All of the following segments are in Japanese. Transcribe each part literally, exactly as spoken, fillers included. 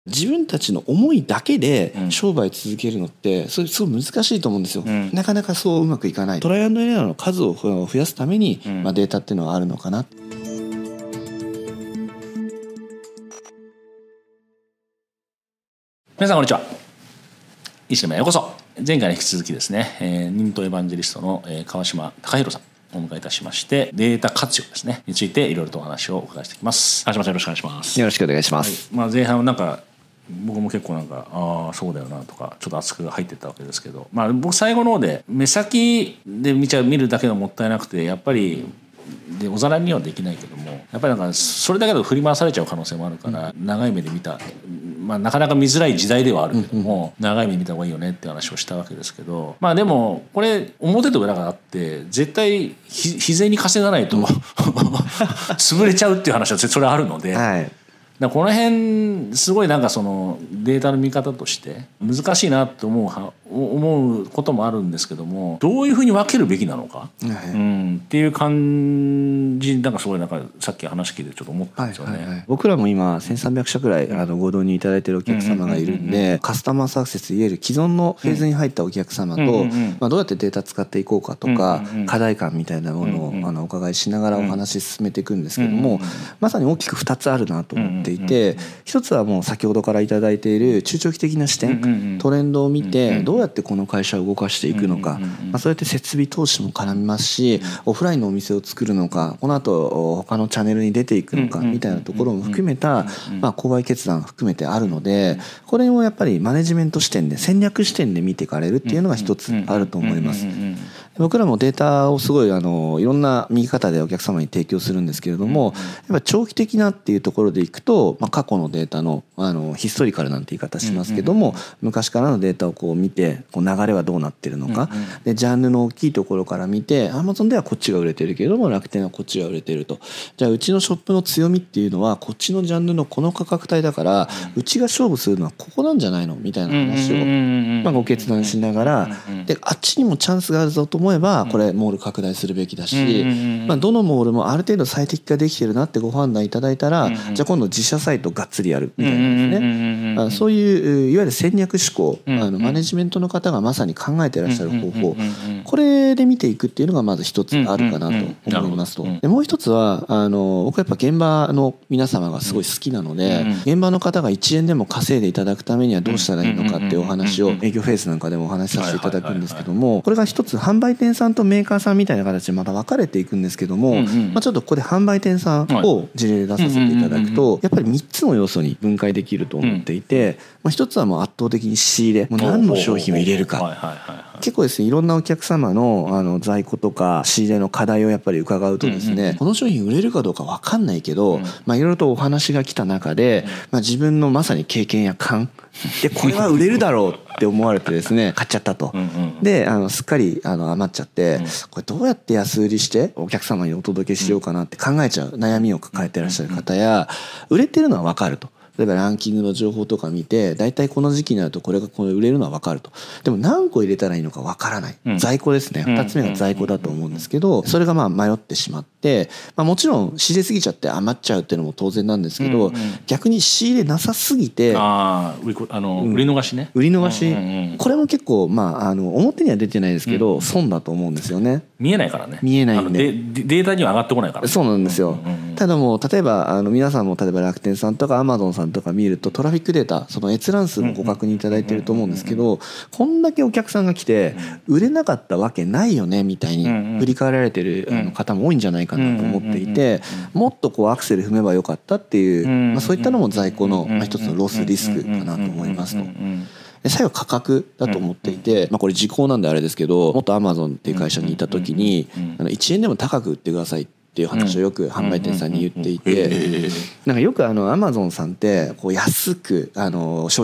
自分たちの思いだけで商売続けるのってそれすごい難しいと思うんですよ、うん、なかなかそううまくいかない。トライアンドエラーの数を増やすために、うんまあ、データっていうのはあるのかな。 皆さんこんにちは。石沼へようこそ。前回に引き続きですね、えー、認定エヴァンジェリストの、えー、川島貴弘さんお迎えいたしまして、データ活用ですねについていろいろとお話をお伺いしていきます。川島さんよろしくお願いします。 よろしくお願いします、 はいまあ、前半はなんか僕も結構なんかああそうだよなとかちょっと熱く入ってったわけですけど、まあ、僕最後の方で目先で見ちゃ見るだけがもったいなくてやっぱりでおざらいにはできないけどもやっぱりなんかそれだけで振り回されちゃう可能性もあるから、うん、長い目で見た、まあ、なかなか見づらい時代ではあるけども、うんうん、長い目で見た方がいいよねって話をしたわけですけど、まあでもこれ表と裏があって絶対日銭稼がないと、うん、潰れちゃうっていう話はそれはあるので。はいだこの辺すごいなんかそのデータの見方として難しいなと思うは思うこともあるんですけどもどういうふうに分けるべきなのか、はいうん、っていう感じなんかすごいなんかさっき話聞いてちょっと思ったんですよね、はいはいはい、 僕らも今せんさんびゃくしゃくらいあのご導入いただいているお客様がいるんでカスタマーサクセスいわゆる既存のフェーズに入ったお客様と、うんうんうんまあ、どうやってデータ使っていこうかとか、うんうん、課題感みたいなものを、うんうん、あのお伺いしながらお話し進めていくんですけども、うんうん、まさに大きくふたつあるなと思っていて、うんうん一つはもう先ほどからいただいている中長期的な視点、うんうんうん、トレンドを見てどうやってこの会社を動かしていくのか、うんうんうんまあ、そうやって設備投資も絡みますし、うん、オフラインのお店を作るのかこの後他のチャンネルに出ていくのかみたいなところも含めた、まあ、購買決断含めてあるのでこれをやっぱりマネジメント視点で戦略視点で見ていかれるっていうのが一つあると思います。僕らもデータをすごいあのいろんな見方でお客様に提供するんですけれどもやっぱ長期的なっていうところでいくと、まあ、過去のデータのあのヒストリカルなんて言い方しますけども昔からのデータをこう見てこう流れはどうなってるのかでジャンルの大きいところから見て Amazon ではこっちが売れてるけれども楽天はこっちが売れてるとじゃあうちのショップの強みっていうのはこっちのジャンルのこの価格帯だからうちが勝負するのはここなんじゃないのみたいな話をまあご決断しながらであっちにもチャンスがあるぞと思えばこれモール拡大するべきだしまあどのモールもある程度最適化できてるなってご判断いただいたらじゃあ今度自社サイトがっつりやるみたいなですねそういういわゆる戦略思考あのマネジメントの方がまさに考えていらっしゃる方法これで見ていくっていうのがまず一つあるかなと思いますとでもう一つはあの僕はやっぱ現場の皆様がすごい好きなので現場の方がいちえんでも稼いでいただくためにはどうしたらいいのかっていうお話を営業フェースなんかでもお話しさせていただくんですけどもこれが一つ販売店さんとメーカーさんみたいな形でまた分かれていくんですけどもまあちょっとここで販売店さんを事例で出させていただくとやっぱりみっつの要素に分解できると思っていてまあ一つはもう圧倒的に仕入れもう何の商品を入れるか結構ですねいろんなお客様のあの在庫とか仕入れの課題をやっぱり伺うとですねこの商品売れるかどうか分かんないけどまあいろいろとお話が来た中でまあ自分のまさに経験や勘でこれは売れるだろうって思われてですね買っちゃったとであのすっかりあの余っちゃってこれどうやって安売りしてお客様にお届けしようかなって考えちゃう悩みを抱えていらっしゃる方や売れてるのは分かると例えばランキングの情報とか見て大体この時期になるとこれがこれ売れるのは分かるとでも何個入れたらいいのか分からない、うん、在庫ですねふたつめが在庫だと思うんですけどそれがまあ迷ってしまって、まあ、もちろん仕入れすぎちゃって余っちゃうっていうのも当然なんですけど、うんうん、逆に仕入れなさすぎてあ売りあの、うん、売り逃しね売り逃し、うんうんうん、これも結構、まあ、あの表には出てないですけど、うん、損だと思うんですよね見えないからね見えないんでデータには上がってこないから、ね、 そうなんですよ、うんうんうん、ただもう例えばあの皆さんも例えば楽天さんとかアマゾンさんとか見るとトラフィックデータその閲覧数もご確認いただいていると思うんですけどこんだけお客さんが来て売れなかったわけないよねみたいに振り返られてるあの方も多いんじゃないかなと思っていてもっとこうアクセル踏めばよかったっていうまあそういったのも在庫のまあ一つのロスリスクかなと思いますと。で最後価格だと思っていて、まあ、これ時効なんであれですけどもっとアマゾンっていう会社にいた時にあのいちえんでも高く売ってくださいっていう話をよく販売店さんに言っていてなんかよくあのアマゾンさんってこう安くあの消費者に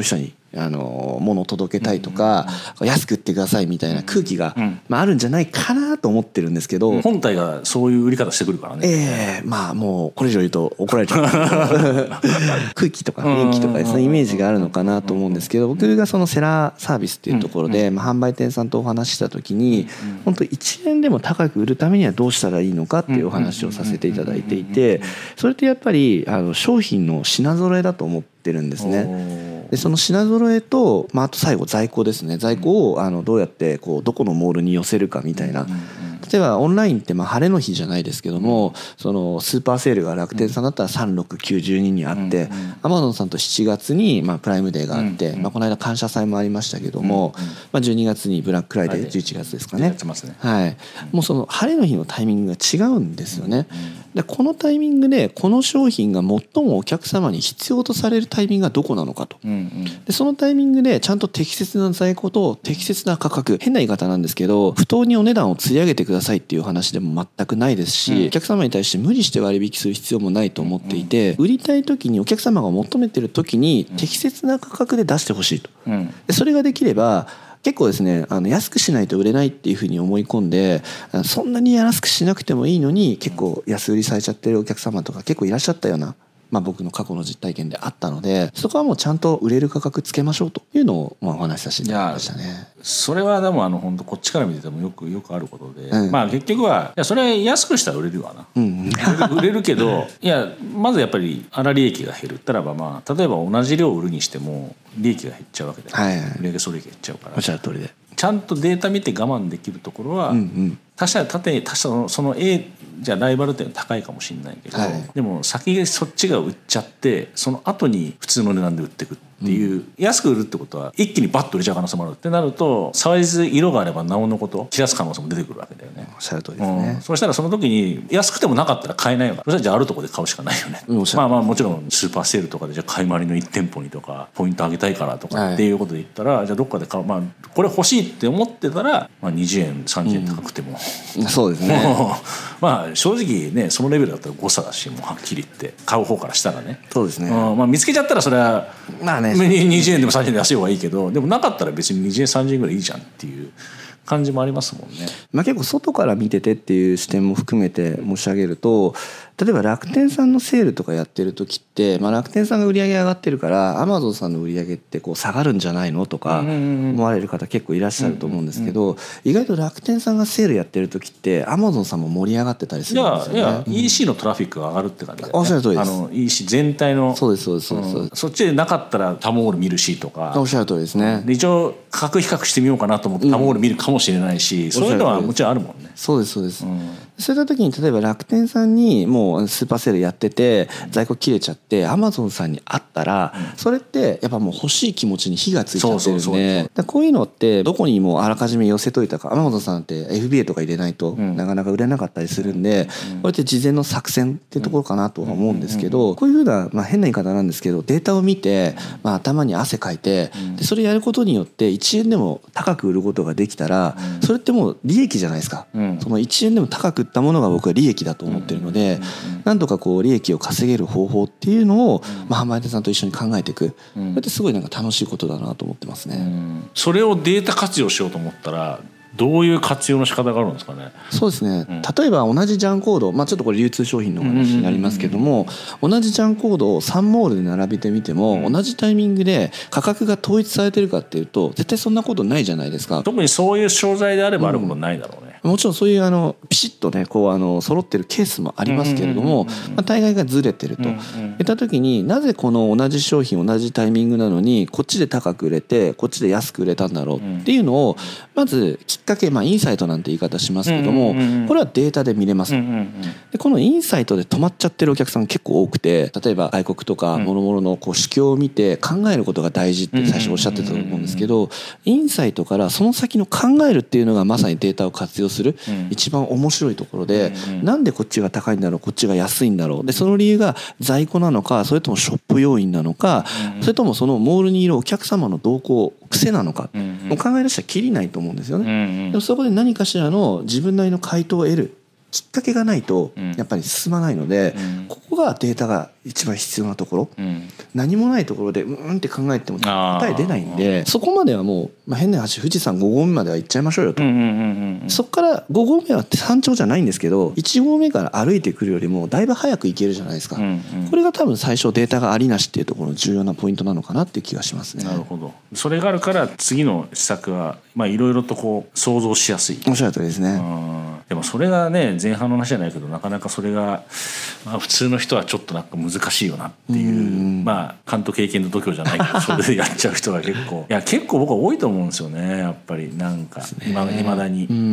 あの物を届けたいとか、うん、安く売ってくださいみたいな空気が、うんまあ、あるんじゃないかなと思ってるんですけど、 本体がそういう売り方してくるからね。 ええー、まあもうこれ以上言うと怒られちゃう空気とか雰囲気とかですねイメージがあるのかなと思うんですけど、僕がそのセラーサービスっていうところで、まあ、販売店さんとお話しした時に本当いちえんでも高く売るためにはどうしたらいいのかっていうお話をさせていただいていて、それってやっぱりあの商品の品揃えだと思ってるんですね。でその品揃えと、まあ、あと最後在庫ですね。在庫をあのどうやってこうどこのモールに寄せるかみたいな。例えばオンラインってまあ晴れの日じゃないですけども、そのスーパーセールが楽天さんだったらさんろくきゅうじゅうににあって、アマゾンさんとしちがつにまあプライムデーがあって、まあこの間感謝祭もありましたけども、まあじゅうにがつにブラックフライデーじゅういちがつですかね。はい。もうその晴れの日のタイミングが違うんですよね。でこのタイミングでこの商品が最もお客様に必要とされるタイミングがどこなのかと。でそのタイミングでちゃんと適切な在庫と適切な価格、変な言い方なんですけど不当にお値段を釣り上げてくださいっていう話でも全くないですし、お客様に対して無理して割引する必要もないと思っていて、売りたい時にお客様が求めてる時に適切な価格で出してほしいと。でそれができれば結構ですね、あの安くしないと売れないっていうふうに思い込んで、そんなに安くしなくてもいいのに結構安売りされちゃってるお客様とか結構いらっしゃったような、まあ、僕の過去の実体験であったので、そこはもうちゃんと売れる価格つけましょうというのをまあお話しさせていただきましたね。 それはでもあの本当こっちから見ててもよくよくあることで、うん、まあ結局はいやそれは安くしたら売れるわな、うん、売れるけどいやまずやっぱり粗利益が減るったらば、まあ例えば同じ量売るにしても利益が減っちゃうわけで、はいはい、売上総利益減っちゃうから、 おっしゃる通りでちゃんとデータ見て我慢できるところは、うんうん、他社縦に他社のその A じゃライバル店高いかもしれないけど、はい、でも先そっちが売っちゃってその後に普通の値段で売っていくっていう、うん、安く売るってことは一気にバッと売れちゃう可能性もあるってなると、サイズ色があればなおのこと切らす可能性も出てくるわけだよね。 おっしゃる通りですね、 うん、そうしたらその時に安くてもなかったら買えないよな。そしたらじゃああるところで買うしかないよね、うん、まあまあもちろんスーパーセールとかでじゃあ買い回りのいち店舗にとかポイント上げたいからとかっていうことで言ったら、はい、じゃあどっかで買う、まあこれ欲しいって思ってたら、まあ、にじゅうえんさんじゅうえん高くても、 うん、そうですねまあ正直ねそのレベルだったら誤差だし、もうはっきり言って買う方からしたらね。 そうですね、 うんまあ、見つけちゃったらそれはまあねにじゅうえんでもさんじゅうえんで安い方がいいけど、でもなかったら別ににじゅうえんさんじゅうえんぐらいいいじゃんっていう感じもありますもんね。 まあ、結構外から見ててっていう視点も含めて申し上げると、例えば楽天さんのセールとかやってる時って、まあ、楽天さんが売り上げ上がってるからアマゾンさんの売り上げってこう下がるんじゃないのとか思われる方結構いらっしゃると思うんですけど、意外と楽天さんがセールやってる時ってアマゾンさんも盛り上がってたりするんですよね。 いやいや イーシー のトラフィックが上がるって感じだよね。 おっしゃる通りです。 あの イーシー 全体のそうですそうですそうです、うん、 そっちでなかったらタモール見るしとか、 おっしゃる通りですね。 で一応価格比較してみようかなと思ってタモール見るかもしれないし、うん、そういうのはもちろんあるもんね。 そうですそうです、うん、そういった時に例えば楽天さんにもうスーパーセールやってて在庫切れちゃってアマゾンさんにあったら、それってやっぱもう欲しい気持ちに火がついちゃってるんで、こういうのってどこにもあらかじめ寄せといたか、アマゾンさんって エフビーエー とか入れないとなかなか売れなかったりするんで、これって事前の作戦っていうところかなとは思うんですけど、こういうふうな、まあ、変な言い方なんですけどデータを見て、まあ、頭に汗かいて、でそれやることによっていちえんでも高く売ることができたら、それってもう利益じゃないですか。そのいちえんでも高く売ったものが僕は利益だと思ってるので、なんとかこう利益を稼げる方法っていうのを、まあ、販売店さんと一緒に考えていく、これってすごいなんか楽しいことだなと思ってますね。うん、 それをデータ活用しようと思ったらどういう活用の仕方があるんですかね。 そうですね、うん、例えば同じジャンコード、まあ、ちょっとこれ流通商品の話になりますけども、同じジャンコードをさんモールで並べてみても、うん、同じタイミングで価格が統一されてるかっていうと絶対そんなことないじゃないですか。 特にそういう商材であればあることないだろうね。 うん、もちろんそういうあのピシッとねこうあの揃ってるケースもありますけれども、まあ、大概がずれてるといった時に、なぜこの同じ商品同じタイミングなのにこっちで高く売れてこっちで安く売れたんだろうっていうのをまずきっかけ、まあ、インサイトなんて言い方しますけども、これはデータで見れます。でこのインサイトで止まっちゃってるお客さん結構多くて、例えば外国とか諸々のこう市況を見て考えることが大事って最初おっしゃってたと思うんですけど、インサイトからその先の考えるっていうのがまさにデータを活用する一番面白いところで、なんでこっちが高いんだろうこっちが安いんだろう、でその理由が在庫なのかそれともショップ要因なのか、それともそのモールにいるお客様の動向癖なのか、もう考え出したらきりないと思うんですよね。でもそこで何かしらの自分なりの回答を得るきっかけがないとやっぱり進まないので、 うん、 ここがデータが一番必要なところ、うん、何もないところでうんって考えても答え出ないんで、そこまではもう、まあ、変な話富士山ご合目までは行っちゃいましょうよと、うんうんうんうん、そこからご合目は山頂じゃないんですけどいち合目から歩いてくるよりもだいぶ早く行けるじゃないですか、うんうん、これが多分最初データがありなしっていうところの重要なポイントなのかなっていう気がしますね。 なるほど。それがあるから次の施策はまあいろいろとこう想像しやすい。 おっしゃる通りですね。うん、 でもそれがね前半の話じゃないけどなかなかそれが、まあ、普通の人はちょっとなんか難しいよなっていう、うんまあ勘と経験の度胸じゃないけどそれでやっちゃう人が結構いや結構僕は多いと思うんですよねやっぱりなんかいまだに。うん、うん、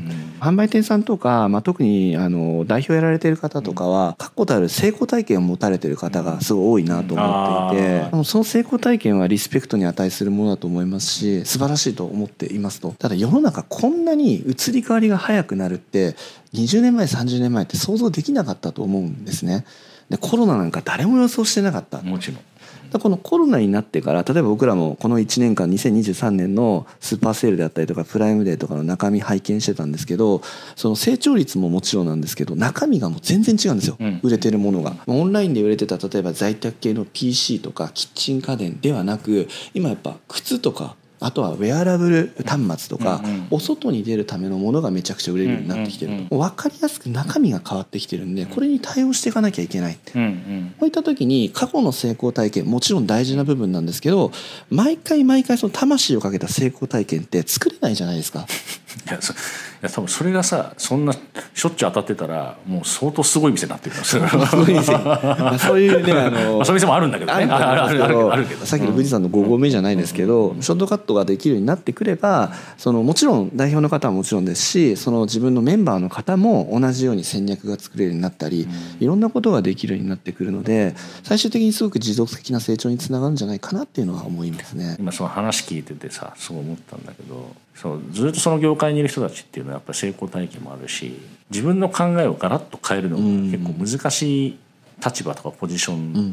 販売店さんとか、まあ、特にあの代表やられてる方とかは確固たる成功体験を持たれてる方がすごい多いなと思っていて、うん、その成功体験はリスペクトに値するものだと思いますし素晴らしいと思っていますと。ただ世の中こんなに移り変わりが早くなるってにじゅうねんまえさんじゅうねんまえって想像できなかったと思うんですね。でコロナなんか誰も予想してなかった。 もちろんこのコロナになってから例えば僕らもこのいちねんかんにせんにじゅうさんねんのスーパーセールであったりとかプライムデーとかの中身拝見してたんですけどその成長率ももちろんなんですけど中身がもう全然違うんですよ、うん、売れてるものがオンラインで売れてた例えば在宅系の ピーシー とかキッチン家電ではなく今やっぱ靴とかあとはウェアラブル端末とか、うんうん、お外に出るためのものがめちゃくちゃ売れるようになってきてると、うんうん、分かりやすく中身が変わってきてるんでこれに対応していかなきゃいけないって、うんうん、こういった時に過去の成功体験もちろん大事な部分なんですけど毎回毎回その魂をかけた成功体験って作れないじゃないですか。 いやそいや多分それがさそんなしょっちゅう当たってたらもう相当すごい店になってるからすごい店そういうねあの、 まあ、そういう店もあるんだけどねあるあるけどさっきの富士山のご合目じゃないですけど、うん、ショートカットができるようになってくればそのもちろん代表の方はもちろんですしその自分のメンバーの方も同じように戦略が作れるようになったり、うん、いろんなことができるようになってくるので最終的にすごく持続的な成長につながるんじゃないかなっていうのは思いますね。 今その話聞いててさそう思ったんだけどそうずっとその業界にいる人たちっていうのはやっぱり成功体験もあるし自分の考えをガラッと変えるのが結構難しい立場とかポジション、うんうんうん、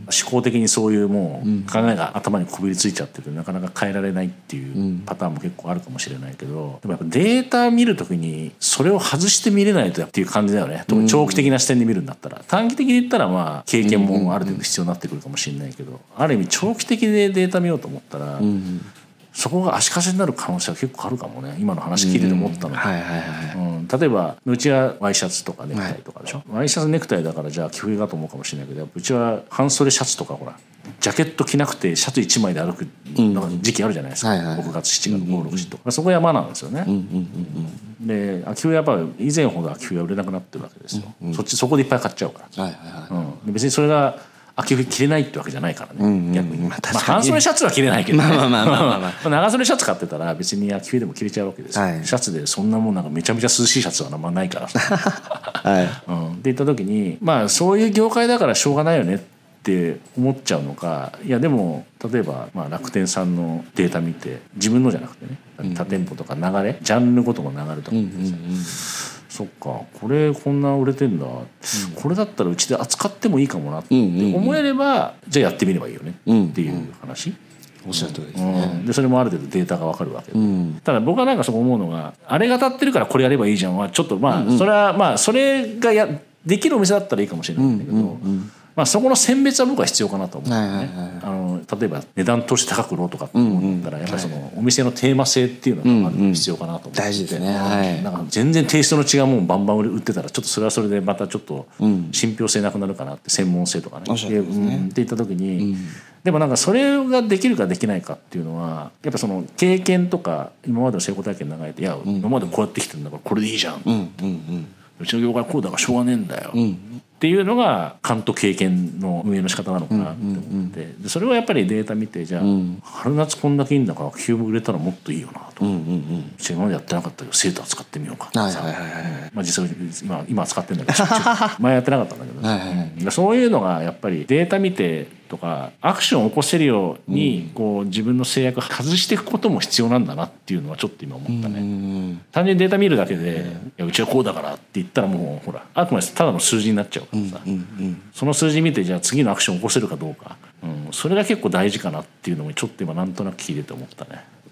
思考的にそういうもう考えが頭にこびりついちゃっててなかなか変えられないっていうパターンも結構あるかもしれないけどでもやっぱデータ見るときにそれを外して見れないとっていう感じだよね。特に長期的な視点で見るんだったら短期的に言ったらまあ経験もある程度必要になってくるかもしれないけどある意味長期的でデータ見ようと思ったら、うんうんそこが足かせになる可能性は結構あるかもね。今の話聞いてて思ったのが、はいはいはいうん、例えばうちはワイシャツとかネクタイとかでしょ、はい、ワイシャツネクタイだからじゃあ着冬だと思うかもしれないけどうちは半袖シャツとかほらジャケット着なくてシャツいちまいで歩く時期あるじゃないですか、うんはいはい、ろくがつしちがつごろくじとかそこ山なんですよね、うんうんうん、で秋冬はやっぱり以前ほど秋冬は売れなくなってるわけですよ、うんうん、そっちそこでいっぱい買っちゃうから、はいはいはいうん、で別にそれが秋冬着れないってわけじゃないからね、うんうん、逆に、まあ、確かにまあ、半袖シャツは着れないけど、ね、まあまあまあまあまあ、まあ、長袖シャツ買ってたら別に秋冬でも着れちゃうわけですよ、はい、シャツでそんなもんなんかめちゃめちゃ涼しいシャツはあんまないからさ、はいうん、って言った時にまあそういう業界だからしょうがないよねって思っちゃうのかいやでも例えばまあ楽天さんのデータ見て自分のじゃなくてね他店舗とか流れジャンルごとの流れとか見て、うんうんうんそっかこれこんな売れてんだ、うん、これだったらうちで扱ってもいいかもなって思えれば、うんうんうん、じゃあやってみればいいよねっていう話、うんうん、おっしゃる通りですね、 うん、でそれもある程度データが分かるわけで、うん、ただ僕はなんかそこ思うのがあれが当たってるからこれやればいいじゃんはちょっとまあ、うんうん、それはまあそれがやできるお店だったらいいかもしれないんだけど、うんうんうんまあ、そこの選別は僕は必要かなと思うんですね、はいはいはい、あの例えば値段として高く売ろうとかって思ったらやっぱりそのお店のテーマ性っていうのが必要かなと思って、うんうん、大事ですね、はい、なんか全然テイストの違うものバンバン売ってたらちょっとそれはそれでまたちょっと信憑性なくなるかなって専門性とかね、うん、で、うん、っていった時に、うん、でもなんかそれができるかできないかっていうのはやっぱその経験とか今までの成功体験の中でいや、うん、今までこうやってきてるんだからこれでいいじゃん、うんうんうん、うちの業界こうだからしょうがねえんだよ、うんっていうのが勘と経験の運営の仕方なのかなって思って、うんうんうん、でそれはやっぱりデータ見てじゃあ、うん、春夏こんだけいいんだからキューブ売れたらもっといいよなと、うんうんうん、今までやってなかったけどセーター使ってみようかってさ、はいはいはいはいまあ、実際 今, 今使ってるんだけど前やってなかったんだけど、はいはいはい、そういうのがやっぱりデータ見てとかアクションを起こせるようにこう自分の制約を外していくことも必要なんだなっていうのはちょっと今思ったね、うんうん、単純にデータ見るだけでいやうちはこうだからって言ったらもうほらあくまでただの数字になっちゃうからさ、うんうんうん、その数字見てじゃあ次のアクションを起こせるかどうか、うん、それが結構大事かなっていうのもちょっと今なんとなく聞いてて思ったね。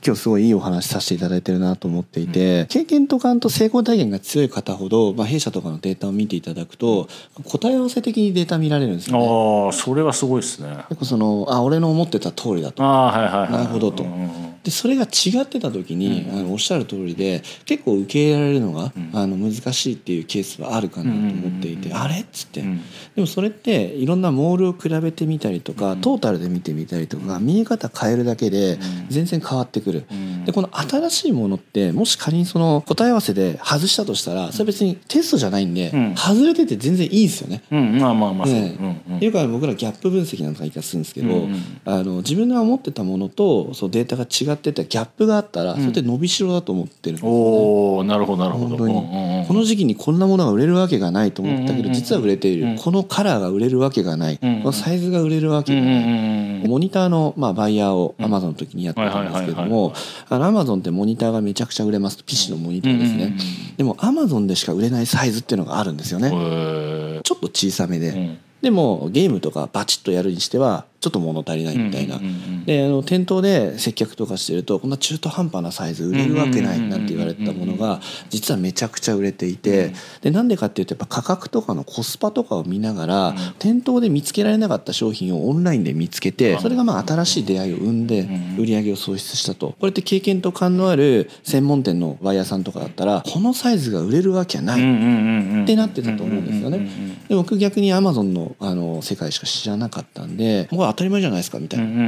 今日すごいいいお話させていただいてるなと思っていて、うん、経験と感と成功体験が強い方ほど、まあ、弊社とかのデータを見ていただくと答え合わせ的にデータ見られるんですよね。 ああ、それはすごいですね。 結構そのあ俺の思ってた通りだと、 あ、はいはいはい、 なるほどと、うんうん、でそれが違ってた時に、うん、あのおっしゃる通りで結構受け入れられるのが、うん、あの難しいっていうケースはあるかなと思っていて、うんうんうん、あれっつって、うん、でもそれっていろんなモールを比べてみたりとか、うん、トータルで見てみたりとか、うん、見え方変えるだけで全然変わってくる、うん、でこの新しいものってもし仮にその答え合わせで外したとしたらそれ別にテストじゃないんで、うん、外れてて全然いいですよね、 うん、まあまあまあそう、 ね、うんうん、いうから僕らギャップ分析なんか言い方するんですけど、うんうん、あの自分が思ってたものとそのデータが違ってたギャップがあったらそれって伸びしろだと思ってるんですよね、うん、 おー、なるほどなるほど、 本当に、うんうん、この時期にこんなものが売れるわけがないと思ったけど実は売れている、うんうん、このカラーが売れるわけがない、うんうん、このサイズが売れるわけがない、うんうんうん、モニターのまあバイヤーを Amazon の時にやってたんですけども、Amazon ってモニターがめちゃくちゃ売れますと ピーシー のモニターですね、うんうんうん、でも Amazon でしか売れないサイズっていうのがあるんですよね、ちょっと小さめで、うん、でもゲームとかバチッとやるにしてはちょっと物足りないみたいな、うんうんうん、であの店頭で接客とかしてるとこんな中途半端なサイズ売れるわけないなんて言われてたものが実はめちゃくちゃ売れていて、でなんでかっていうとやっぱ価格とかのコスパとかを見ながら、うん、店頭で見つけられなかった商品をオンラインで見つけてそれがまあ新しい出会いを生んで売り上げを創出したと。これって経験と感のある専門店のバイヤーさんとかだったらこのサイズが売れるわけないってなってたと思うんですよね。で僕逆に Amazon のあの世界しか知らなかったんでこれ当たり前じゃないですかみたいな、うんうんうん、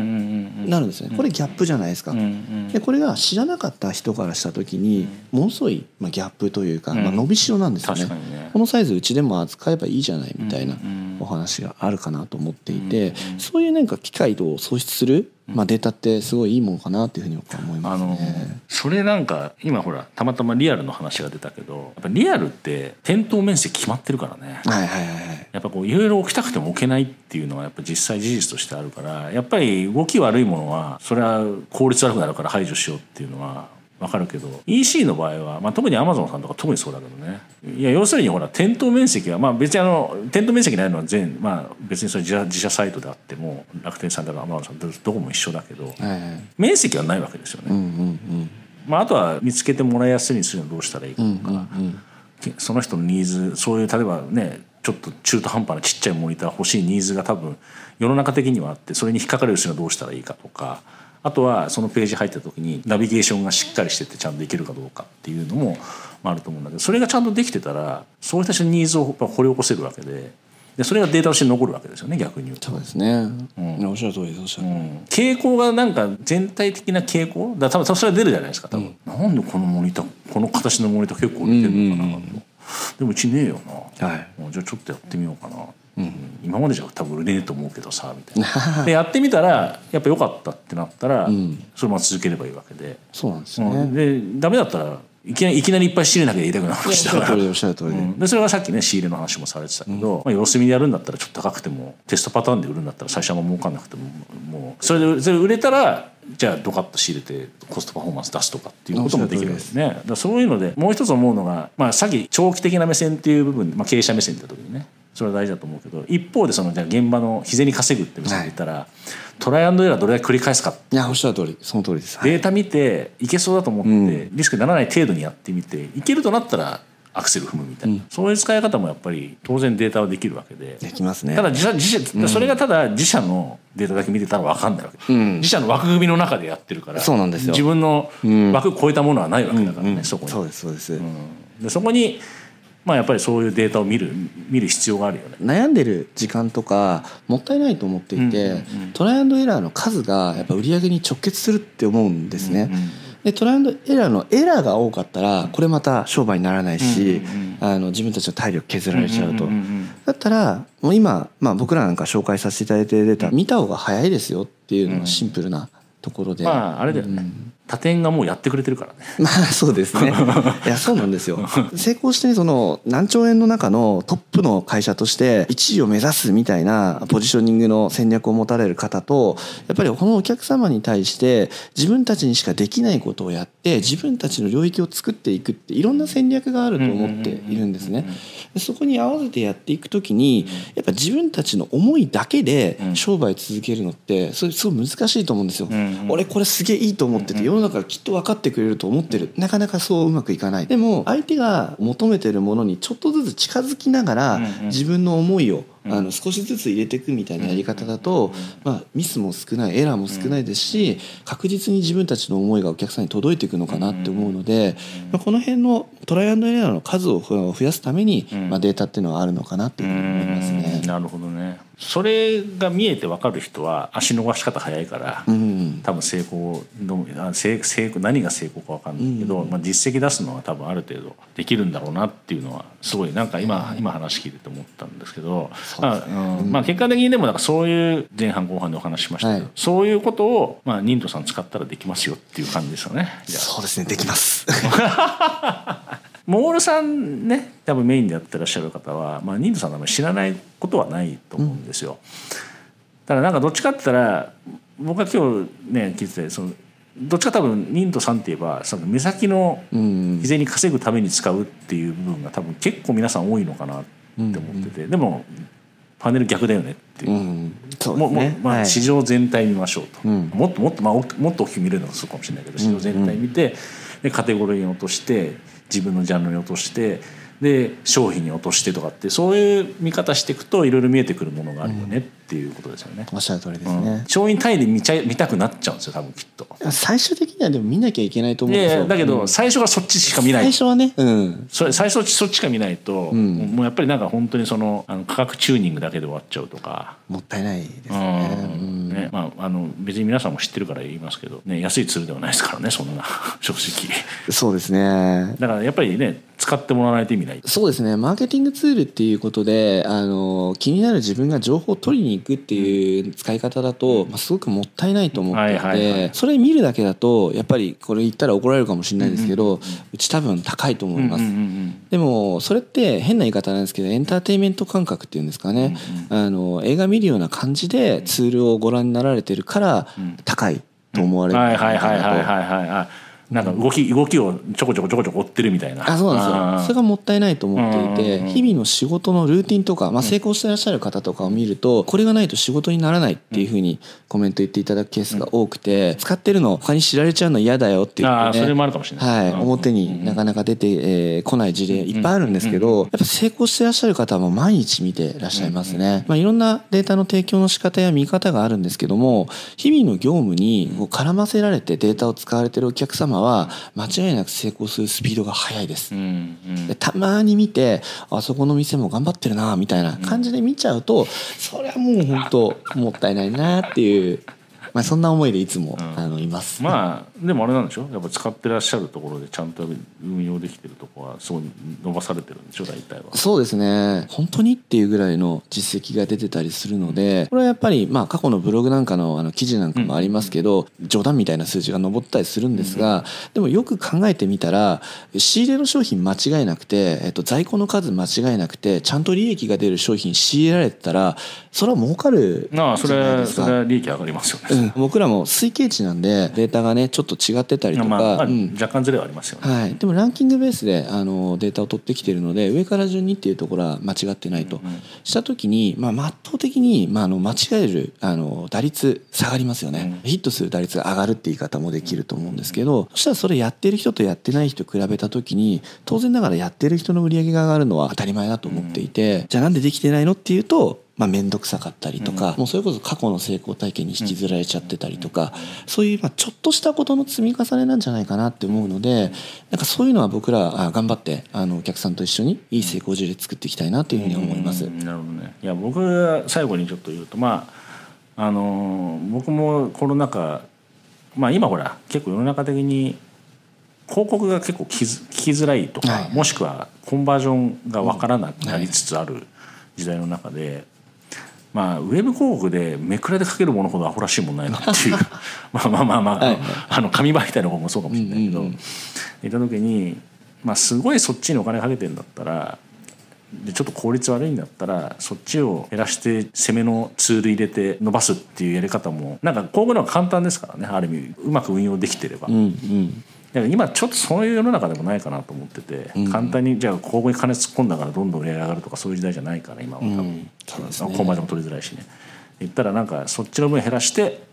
なるんですね。これギャップじゃないですか、うんうん、でこれが知らなかった人からした時にものすごい、まあ、ギャップというか、まあ、伸びしろなんですよね、うん、ねこのサイズうちでも扱えばいいじゃないみたいなお話があるかなと思っていて、うんうん、そういうなんか機会を創出する、まあ、データってすごいいいものかなっていうふうに僕は思いますね。 あのそれなんか今ほらたまたまリアルの話が出たけどやっぱリアルって店頭面積決まってるからね、 はいはいはい、 やっぱこういろいろ置きたくても置けないっていうのはやっぱ実際事実としてあるからやっぱり動き悪いものはそれは効率悪くなるから排除しようっていうのは分かるけど イーシー の場合は、まあ、特に Amazon さんとか特にそうだけどねいや要するにほら店頭面積は、まあ、別にあの店頭面積ないのは全、まあ、別にそれ 自, 自社サイトであっても楽天さんとか Amazon さんどこも一緒だけど、はいはい、面積はないわけですよね、うんうんうんまあ、あとは見つけてもらいやすいにするのはどうしたらいいかとか、うんうんうん、その人のニーズそういう例えばねちょっと中途半端なちっちゃいモニター欲しいニーズが多分世の中的にはあってそれに引っかかるようにはどうしたらいいかとかあとはそのページ入った時にナビゲーションがしっかりしててちゃんといけるかどうかっていうのもあると思うんだけどそれがちゃんとできてたらそういう人たちのニーズを掘り起こせるわけででそれがデータとして残るわけですよね逆に言うと。 そうですね、うん、おっしゃる通りですおっしゃる、うん、傾向がなんか全体的な傾向だ多分それは出るじゃないですか多分、うん、なんでこのモニターこの形のモニター結構売れてるのかなと、うんうんうん、でもうちねえよな、はい、じゃあちょっとやってみようかな、うん、今までじゃ多分売れねえと思うけどさみたいなでやってみたらやっぱ良かったってなったら、うん、それも続ければいいわけでそうなんですね、うん、 でダメだったらいきなりいきなりいっぱい仕入れなきゃいけなくなる話だから、 おっしゃる通り、うん、 でそれはさっきね仕入れの話もされてたけど、うんまあ、様子見でやるんだったらちょっと高くてもテストパターンで売るんだったら最初は儲かんなくてももうそれでそれ売れたらじゃあドカッと仕入れてコストパフォーマンス出すとかっていうこともできるんですね。だからそういうのでもう一つ思うのが、まあ、さっき長期的な目線っていう部分、まあ、経営者目線って時にねそれは大事だと思うけど一方でそのじゃあ現場の日銭稼ぐって目線で言ったら、はい、トライアンドエラーどれだけ繰り返すかいやおっしゃる通りその通りです、 はい、データ見ていけそうだと思って、うん、リスクにならない程度にやってみていけるとなったらアクセル踏むみたいな、うん、そういう使い方もやっぱり当然データはできるわけでできますね。 ただ自社自社、うん、それがただ自社のデータだけ見てたら分かんないわけ、うん、自社の枠組みの中でやってるからそうなんですよ自分の枠超えたものはないわけだからね、うんうん、そこにそうですそうです、うん、 でそこにまあやっぱりそういうデータを見る見る必要があるよね。 悩んでる時間とかもったいないと思っていて、うんうんうん、トライアンドエラーの数がやっぱ売り上げに直結するって思うんですね、うんうん、でトライアンドエラーのエラーが多かったらこれまた商売にならないし、うんうんうん、あの自分たちの体力削られちゃうと、うんうんうん、だったらもう今、まあ、僕らなんか紹介させていただいて出た見た方が早いですよっていうのがシンプルなところで、 まああれだよね、うん他店がもうやってくれてるからね。 まあそうですね。いやそうなんですよ。成功してその何兆円の中のトップの会社としていちいを目指すみたいなポジショニングの戦略を持たれる方とやっぱりこのお客様に対して自分たちにしかできないことをやって自分たちの領域を作っていくっていろんな戦略があると思っているんですね。そこに合わせてやっていくときにやっぱ自分たちの思いだけで商売続けるのってそれすごい難しいと思うんですよ。俺これすげえいいと思ってて世のだからきっと分かってくれると思ってる。なかなかそううまくいかない。でも相手が求めてるものにちょっとずつ近づきながら自分の思いをあの少しずつ入れていくみたいなやり方だと、まあ、ミスも少ない、エラーも少ないですし、確実に自分たちの思いがお客さんに届いていくのかなって思うので、まあ、この辺のトライアンドエラーの数を増やすために、まあ、データっていうのはあるのかなっていうふうに思いますね。 なるほどね。それが見えて分かる人は足伸ばし方早いから、うん、多分成功の成成功何が成功か分かんないけど、うん、まあ、実績出すのは多分ある程度できるんだろうなっていうのはすごいなんか今、うん、今話聞いてて思ったんですけど、まあうんまあ、結果的にでもなんかそういう前半後半でお話ししましたけど、はい、そういうことを、まあ、ニントさん使ったらできますよっていう感じですよね。 そうですね、できますモールさんね、多分メインでやってらっしゃる方は、まあ、ニントさんは知らないことはないと思うんですよ、うん、だからなんかどっちかって言ったら僕は今日ね聞いてて、そのどっちか多分ニントさんって言えばその目先の日銭稼ぐために使うっていう部分が多分結構皆さん多いのかなって思ってて、うんうん、でもパネル逆だよねっていう、うん、そうですね、もまあ、市場全体見ましょうと、はい、もっともっと、まあ、もっと大きく見れるのがそうかもしれないけど、市場全体見て、うんうん、でカテゴリーに落として自分のジャンルに落としてで商品に落としてとかって、そういう見方していくといろいろ見えてくるものがあるよねっていうことですよね、 うん、おっしゃる通りですね、うん、 商品単位で見ちゃ見たくなっちゃうんですよ多分きっと。 最終的にはでも見なきゃいけないと思うんですよ。いやいやだけど最初はそっちしか見ない、 最初はね、うん、 それ最初そっちしか見ないと、うん、もうやっぱりなんか本当にそのあの価格チューニングだけで終わっちゃうとかもったいないですね、うんうんね、まあ、あの別に皆さんも知ってるから言いますけど、ね、安いツールではないですからねそんな正直そうですね。 だからやっぱりね使ってもらわないと意味ない。 そうですね、マーケティングツールっていうことであの気になる自分が情報を取りに行くっていう使い方だと、まあ、すごくもったいないと思っていて、はいはいはい、それ見るだけだとやっぱりこれ言ったら怒られるかもしれないですけど、うんうんうん、うち多分高いと思います、うんうんうん、でもそれって変な言い方なんですけどエンターテインメント感覚っていうんですかね、うんうん、あの映画見るような感じでツールをご覧になられてるから高いと思われるのかなと。 はいはいはいはいはい。なんか動き動きをちょこちょこちょこちょこ追ってるみたいな。 あ、そうなんですよ。それがもったいないと思っていて、日々の仕事のルーティンとか、まあ、成功してらっしゃる方とかを見るとこれがないと仕事にならないっていうふうにコメント言っていただくケースが多くて、使ってるの他に知られちゃうの嫌だよって言ってね、 あ、それもあるかもしれない、 はい、表になかなか出て、えー、来ない事例いっぱいあるんですけど、やっぱ成功してらっしゃる方はもう毎日見てらっしゃいますね。まあ、いろんなデータの提供の仕方や見方があるんですけども、日々の業務にこう絡ませられてデータを使われてるお客様は間違いなく成功するスピードが速いです、うんうん、でたまに見てあそこの店も頑張ってるなみたいな感じで見ちゃうと、それはもう本当もったいないなっていう、まあ、そんな思いでいつも、うん、あのいます。 まあでもあれなんでしょ、やっぱ使ってらっしゃるところでちゃんと運用できてるところはすごい伸ばされてるんでしょ大体は。 そうですね、本当にっていうぐらいの実績が出てたりするので、これはやっぱりまあ過去のブログなんかのあの記事なんかもありますけど、うん、冗談みたいな数字が上ったりするんですが、うん、でもよく考えてみたら仕入れの商品間違いなくて、えっと、在庫の数間違いなくてちゃんと利益が出る商品仕入れられてたらそれは儲かるじゃないですか。 ああ、それはそれは利益上がりますよね、 うん、僕らも推計値なんでデータがねちょっと違ってたりとか、まあまあ、 うん、若干ずれはありますよね、 はい、でもランキングベースであのデータを取ってきているので上から順にっていうところは間違ってないと、うんうん、した時に、まあ、圧倒的に、まあ、あの間違えるあの打率下がりますよね、うん、ヒットする打率が上がるって言い方もできると思うんですけど、うん、そしたらそれやってる人とやってない人比べた時に当然ながらやってる人の売り上げが上がるのは当たり前だと思っていて、うん、じゃあなんでできてないのっていうとまあ、面倒くさかったりとか、うん、もうそれこそ過去の成功体験に引きずられちゃってたりとか、うん、そういうまあちょっとしたことの積み重ねなんじゃないかなって思うので、なんかそういうのは僕ら頑張ってあのお客さんと一緒にいい成功事例作っていきたいなというふうに思います。 うん、なるほどね。いや僕が最後にちょっと言うと、まああの僕もコロナ禍、まあ、今ほら結構世の中的に広告が結構聞きづ、聞きづらいとか、はい、もしくはコンバージョンが分からなくなりつつある時代の中で、まあ、ウェブ広告でめくらでかけるものほどアホらしいもんないなっていうまあまあまあまあ、はい、あの紙媒体の方もそうかもしれないけど、うんうんうん、いた時に、まあ、すごいそっちにお金かけてるんだったらでちょっと効率悪いんだったらそっちを減らして攻めのツール入れて伸ばすっていうやり方もなんか広告の方が簡単ですからね、ある意味うまく運用できてれば、うんうん、だから今ちょっとそういう世の中でもないかなと思ってて、うん、簡単にじゃあ広告に金突っ込んだからどんどん売り上げ上がるとかそういう時代じゃないから今は多分、うん、そうですね、コンバージョンも取りづらいしね、言ったらなんかそっちの分減らして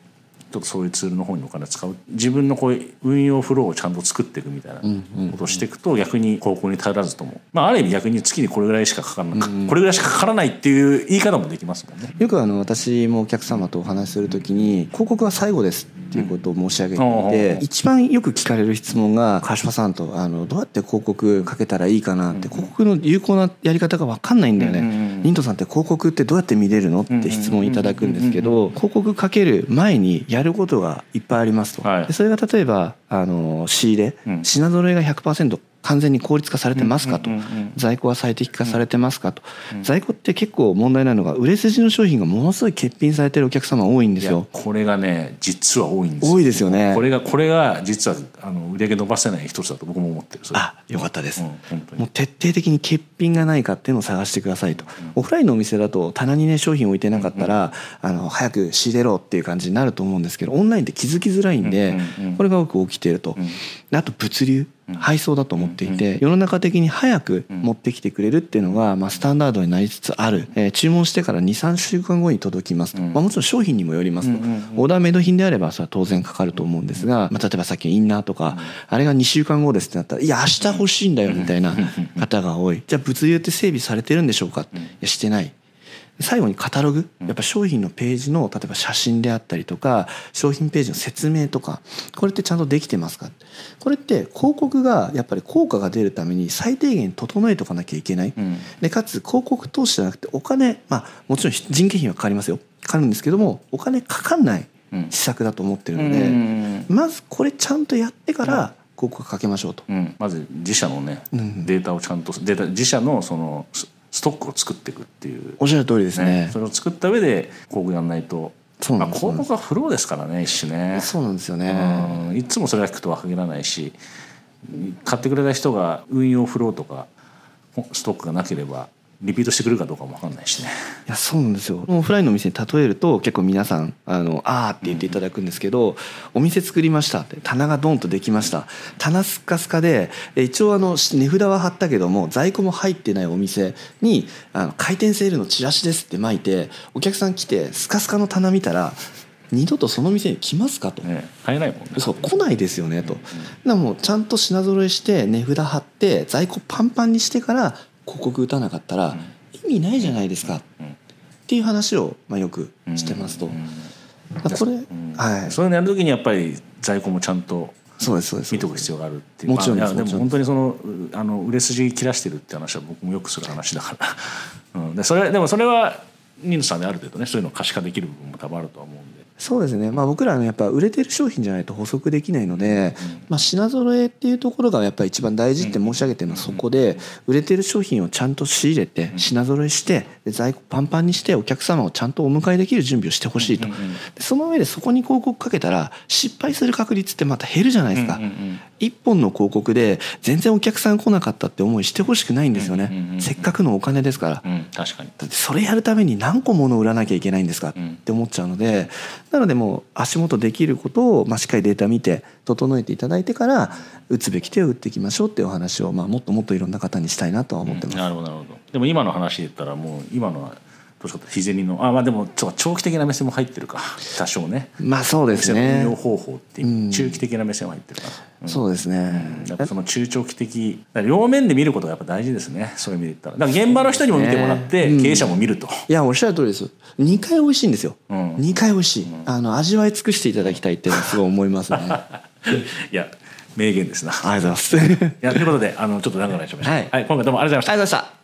ちょっとそういうツールの方にお金使う、自分のこういう運用フローをちゃんと作っていくみたいなことをしていくと逆に広告に頼らずとも、まあ、ある意味逆に月にこれぐらいしかかからない、うんうん、これぐらいしかかからないっていう言い方もできますもんね。 よくあの私もお客様とお話しするときに広告は最後ですっていうことを申し上げていて、一番よく聞かれる質問が川島さんとあのどうやって広告かけたらいいかなって、広告の有効なやり方が分かんないんだよね、リントさんって広告ってどうやって見れるのって質問いただくんですけど、広告かける前にやることがいっぱいありますと、はい、それが例えばあの仕入れ、品揃えが ひゃくパーセント完全に効率化されてますかと、在庫は最適化されてますかと、在庫って結構問題なのが売れ筋の商品がものすごい欠品されてるお客様多いんですよ。 これがね実は多いんですよ。 多いですよね。 これがこれが実はあの売り上げ伸ばせない一つだと僕も思ってる。それあ、よかったです、うん、 本当にもう徹底的に欠品がないかっていうのを探してくださいと、うん、オフラインのお店だと棚にね商品置いてなかったら、うん、あの早く仕入れろっていう感じになると思うんですけど、オンラインって気づきづらいんで、うんうんうん、これが多く起きていると、うん、あと物流配送だと思っていて、世の中的に早く持ってきてくれるっていうのがまあスタンダードになりつつある、えー、注文してから にさんしゅうかんごに届きますと、まあ、もちろん商品にもよりますと、オーダーメイド品であればそれは当然かかると思うんですが、まあ、例えばさっきのインナーとかあれがにしゅうかんごですってなったら、いや明日欲しいんだよみたいな方が多い。じゃあ物流って整備されてるんでしょうか、いやしてない。最後にカタログ、やっぱ商品のページの例えば写真であったりとか商品ページの説明とか、これってちゃんとできてますか。これって広告がやっぱり効果が出るために最低限整えとかなきゃいけない、うん、でかつ広告投資じゃなくてお金、まあもちろん人件費はかかりますよ、かかるんですけどもお金かかんない施策だと思ってるので、うん、まずこれちゃんとやってから広告かけましょうと、 うん、まず自社のね、うん、データをちゃんとデータ自社のそのストックを作っていくっていう、 おっしゃる通りです ね, ねそれを作った上で広告やんないと。そうなんです、まあ、広告はフローですからね、一種ね。 そうなんですよね、 うん、いつもそれが聞くとは限らないし、買ってくれた人が運用フローとかストックがなければリピートしてくるかどうかも分かんないしね。 いやそうなんですよ。オフラインのお店に例えると結構皆さんあのあーって言っていただくんですけど、うん、お店作りましたって、棚がドンとできました、棚スッカスカで一応あの値札は貼ったけども在庫も入ってないお店にあの開店セールのチラシですって巻いてお客さん来てスカスカの棚見たら二度とその店に来ますかと、 ね、買えないもんね。 そう来ないですよねと、うんうん、だからもうちゃんと品揃えして値札貼って在庫パンパンにしてから広告打たなかったら意味ないじゃないですかっていう話をまあよくしてますと、これ、はい、 そういうのやるときにやっぱり在庫もちゃんと見とく必要があるっていう。 もちろんです。 まあ、でも本当にそのあの売れ筋切らしてるって話は僕もよくする話だから、うん、でそれでもそれはニノさんである程度ねそういうのを可視化できる部分も多分あるとは思うんで。 そうですね、まあ、僕らのやっぱ売れてる商品じゃないと補足できないので、まあ、品揃えっていうところがやっぱり一番大事って申し上げてるのはそこで、売れてる商品をちゃんと仕入れて品揃えしてで在庫パンパンにしてお客様をちゃんとお迎えできる準備をしてほしいと。その上でそこに広告かけたら失敗する確率ってまた減るじゃないですか。一本の広告で全然お客さん来なかったって思いしてほしくないんですよね。せっかくのお金ですから。 確かに。 だってそれやるために何個物を売らなきゃいけないんですかって思っちゃうので、なのでもう足元できることをまあしっかりデータ見て整えていただいてから打つべき手を打っていきましょうっていうお話をまあもっともっといろんな方にしたいなとは思ってます。 なるほどなるほど。でも今の話で言ったらもう今のはどうしようか日銭のあまあでもちょっと長期的な目線も入ってるか多少ね。 まあそうですね。 運用方法っていう中期的な目線は入ってるから。 うん、そうですね。 うん、やっぱその中長期的両面で見ることがやっぱ大事ですね。そういう意味で言ったら。だから現場の人にも見てもらって、ね、経営者も見ると。 いやおっしゃる通りです。にかい美味しいんですよ。うん、にかい美味しい、うん、あの味わい尽くしていただきたいっていうのはすごい思いますね。 いや名言ですな。 ありがとうございます。 いやということであのちょっと長くなっちゃいました。はい、はい、今回どうもありがとうございました。 ありがとうございました。